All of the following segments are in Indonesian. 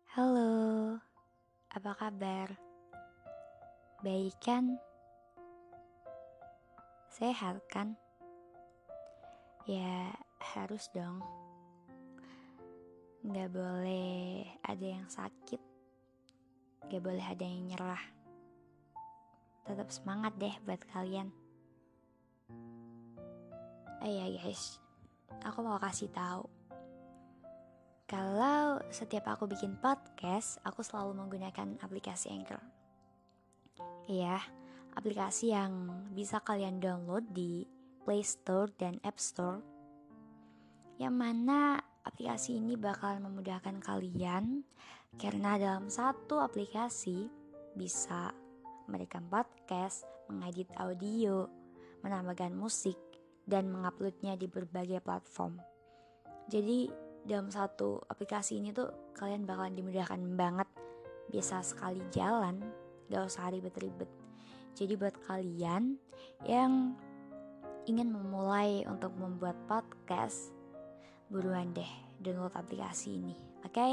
Halo, apa kabar? Baik kan? Sehat kan? Ya, harus dong. Gak boleh ada yang sakit, gak boleh ada yang nyerah. Tetap semangat deh buat kalian. Ya guys, aku mau kasih tahu. Kalau setiap aku bikin podcast, aku selalu menggunakan aplikasi Anchor. Iya, aplikasi yang bisa kalian download di Play Store dan App Store. Yang mana aplikasi ini bakal memudahkan kalian karena dalam satu aplikasi bisa merekam podcast, mengedit audio, menambahkan musik, dan menguploadnya di berbagai platform. Jadi dalam satu aplikasi ini tuh kalian bakalan dimudahkan banget. Bisa sekali jalan, gak usah ribet-ribet. Jadi buat kalian yang ingin memulai untuk membuat podcast, buruan deh download aplikasi ini, oke?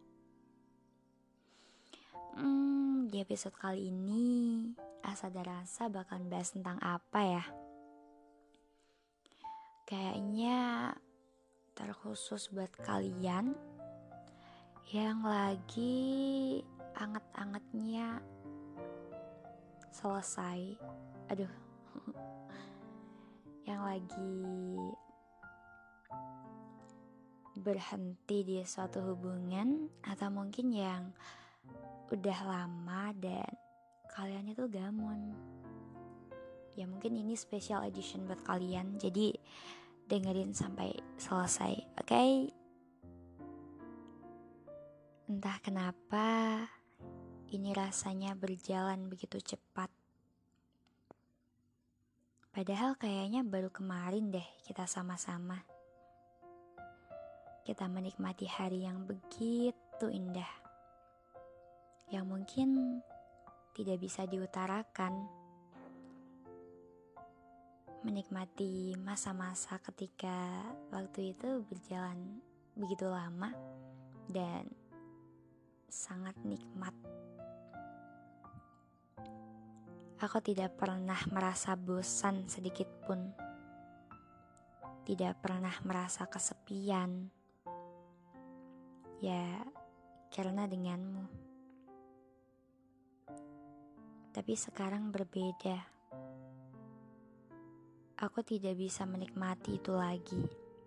Di episode kali ini Asa dan Rasa bakalan bahas tentang apa ya? Kayaknya terkhusus buat kalian yang lagi anget-angetnya selesai. Aduh, yang lagi berhenti di suatu hubungan, atau mungkin yang udah lama dan kalian itu gamon. Ya mungkin ini special edition buat kalian, jadi dengerin sampai selesai, oke? Entah kenapa ini rasanya berjalan begitu cepat. Padahal kayaknya baru kemarin deh kita sama-sama. Kita menikmati hari yang begitu indah, yang mungkin tidak bisa diutarakan. Menikmati masa-masa ketika waktu itu berjalan begitu lama dan sangat nikmat. Aku tidak pernah merasa bosan sedikit pun. Tidak pernah merasa kesepian. Ya, karena denganmu. Tapi sekarang berbeda. Aku tidak bisa menikmati itu lagi.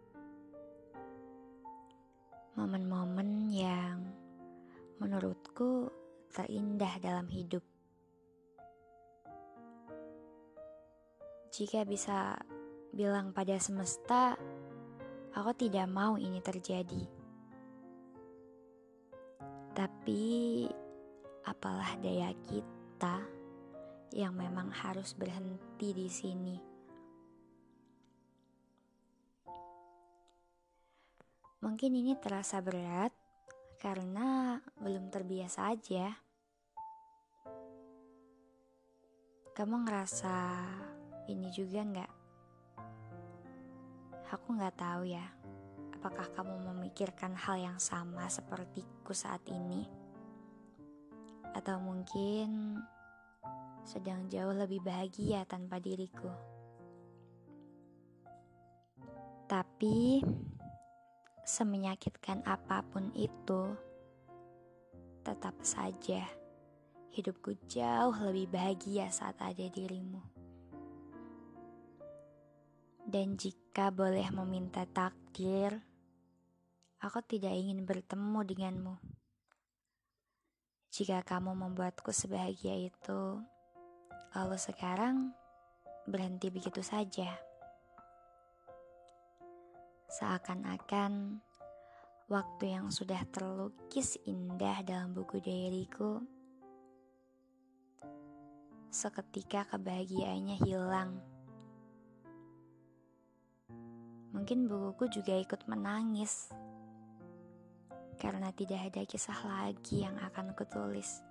Momen-momen yang menurutku terindah dalam hidup. Jika bisa bilang pada semesta, aku tidak mau ini terjadi. Tapi apalah daya kita yang memang harus berhenti di sini. Mungkin ini terasa berat karena belum terbiasa aja. Kamu ngerasa ini juga nggak? Aku nggak tahu ya. Apakah kamu memikirkan hal yang sama sepertiku saat ini? Atau mungkin sedang jauh lebih bahagia tanpa diriku. Tapi semenyakitkan apapun itu, tetap saja hidupku jauh lebih bahagia saat ada dirimu. Dan jika boleh meminta takdir, aku tidak ingin bertemu denganmu. Jika kamu membuatku sebahagia itu, lalu sekarang berhenti begitu saja. Seakan-akan waktu yang sudah terlukis indah dalam buku diariku, seketika kebahagiaannya hilang. Mungkin bukuku juga ikut menangis karena tidak ada kisah lagi yang akan kutulis.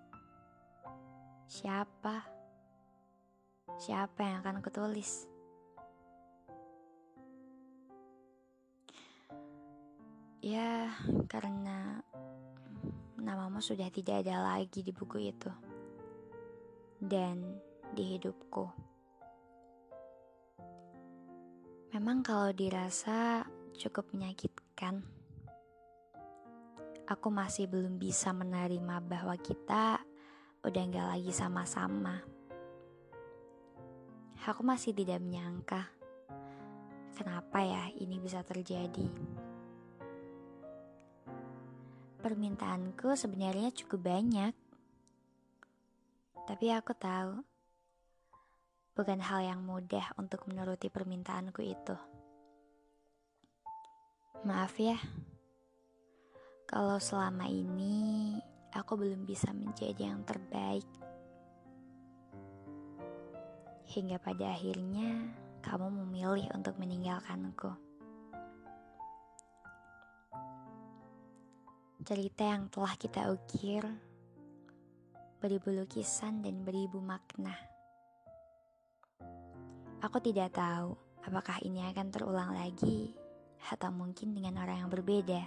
Siapa yang akan kutulis? Ya, karena namamu kamu sudah tidak ada lagi di buku itu dan di hidupku. Memang kalau dirasa cukup menyakitkan. Aku masih belum bisa menerima bahwa kita udah gak lagi sama-sama. Aku masih tidak menyangka kenapa ya ini bisa terjadi. Permintaanku sebenarnya cukup banyak. Tapi aku tahu bukan hal yang mudah untuk menuruti permintaanku itu. Maaf ya, kalau selama ini aku belum bisa menjadi yang terbaik. Hingga pada akhirnya kamu memilih untuk meninggalkanku. Cerita yang telah kita ukir beribu lukisan dan beribu makna. Aku tidak tahu apakah ini akan terulang lagi atau mungkin dengan orang yang berbeda.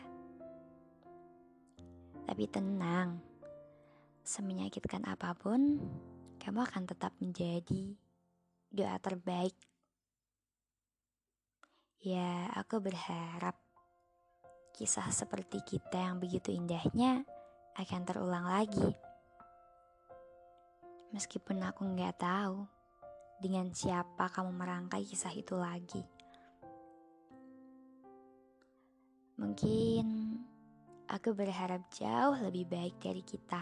Tapi tenang, semenyakitkan apapun, kamu akan tetap menjadi doa terbaik. Ya, aku berharap kisah seperti kita yang begitu indahnya akan terulang lagi. Meskipun aku gak tahu dengan siapa kamu merangkai kisah itu lagi. Mungkin aku berharap jauh lebih baik dari kita.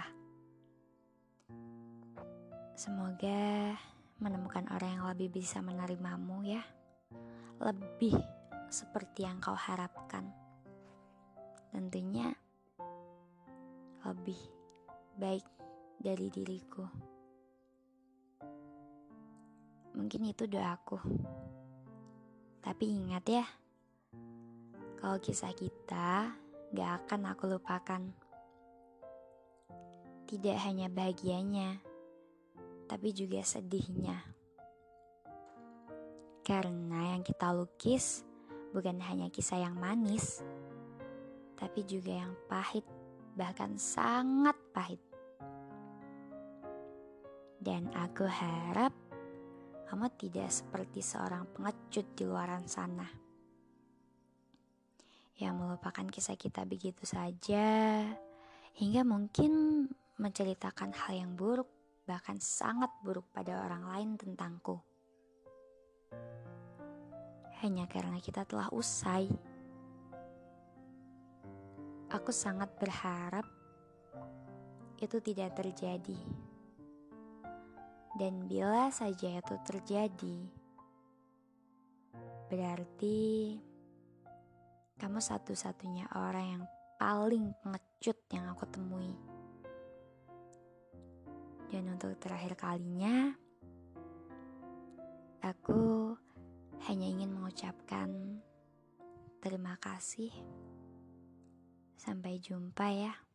Semoga menemukan orang yang lebih bisa menerimamu ya. Lebih seperti yang kau harapkan. Tentunya lebih baik dari diriku. Mungkin itu doaku. Tapi ingat ya, kalau kisah kita gak akan aku lupakan. Tidak hanya bahagianya, tapi juga sedihnya. Karena yang kita lukis bukan hanya kisah yang manis, tapi juga yang pahit, bahkan sangat pahit. Dan aku harap kamu tidak seperti seorang pengecut di luaran sana yang melupakan kisah kita begitu saja, hingga mungkin menceritakan hal yang buruk, bahkan sangat buruk pada orang lain tentangku. Hanya karena kita telah usai. Aku sangat berharap itu tidak terjadi. Dan bila saja itu terjadi, berarti kamu satu-satunya orang yang paling pengecut yang aku temui. Dan untuk terakhir kalinya, aku hanya ingin mengucapkan terima kasih. Sampai jumpa ya.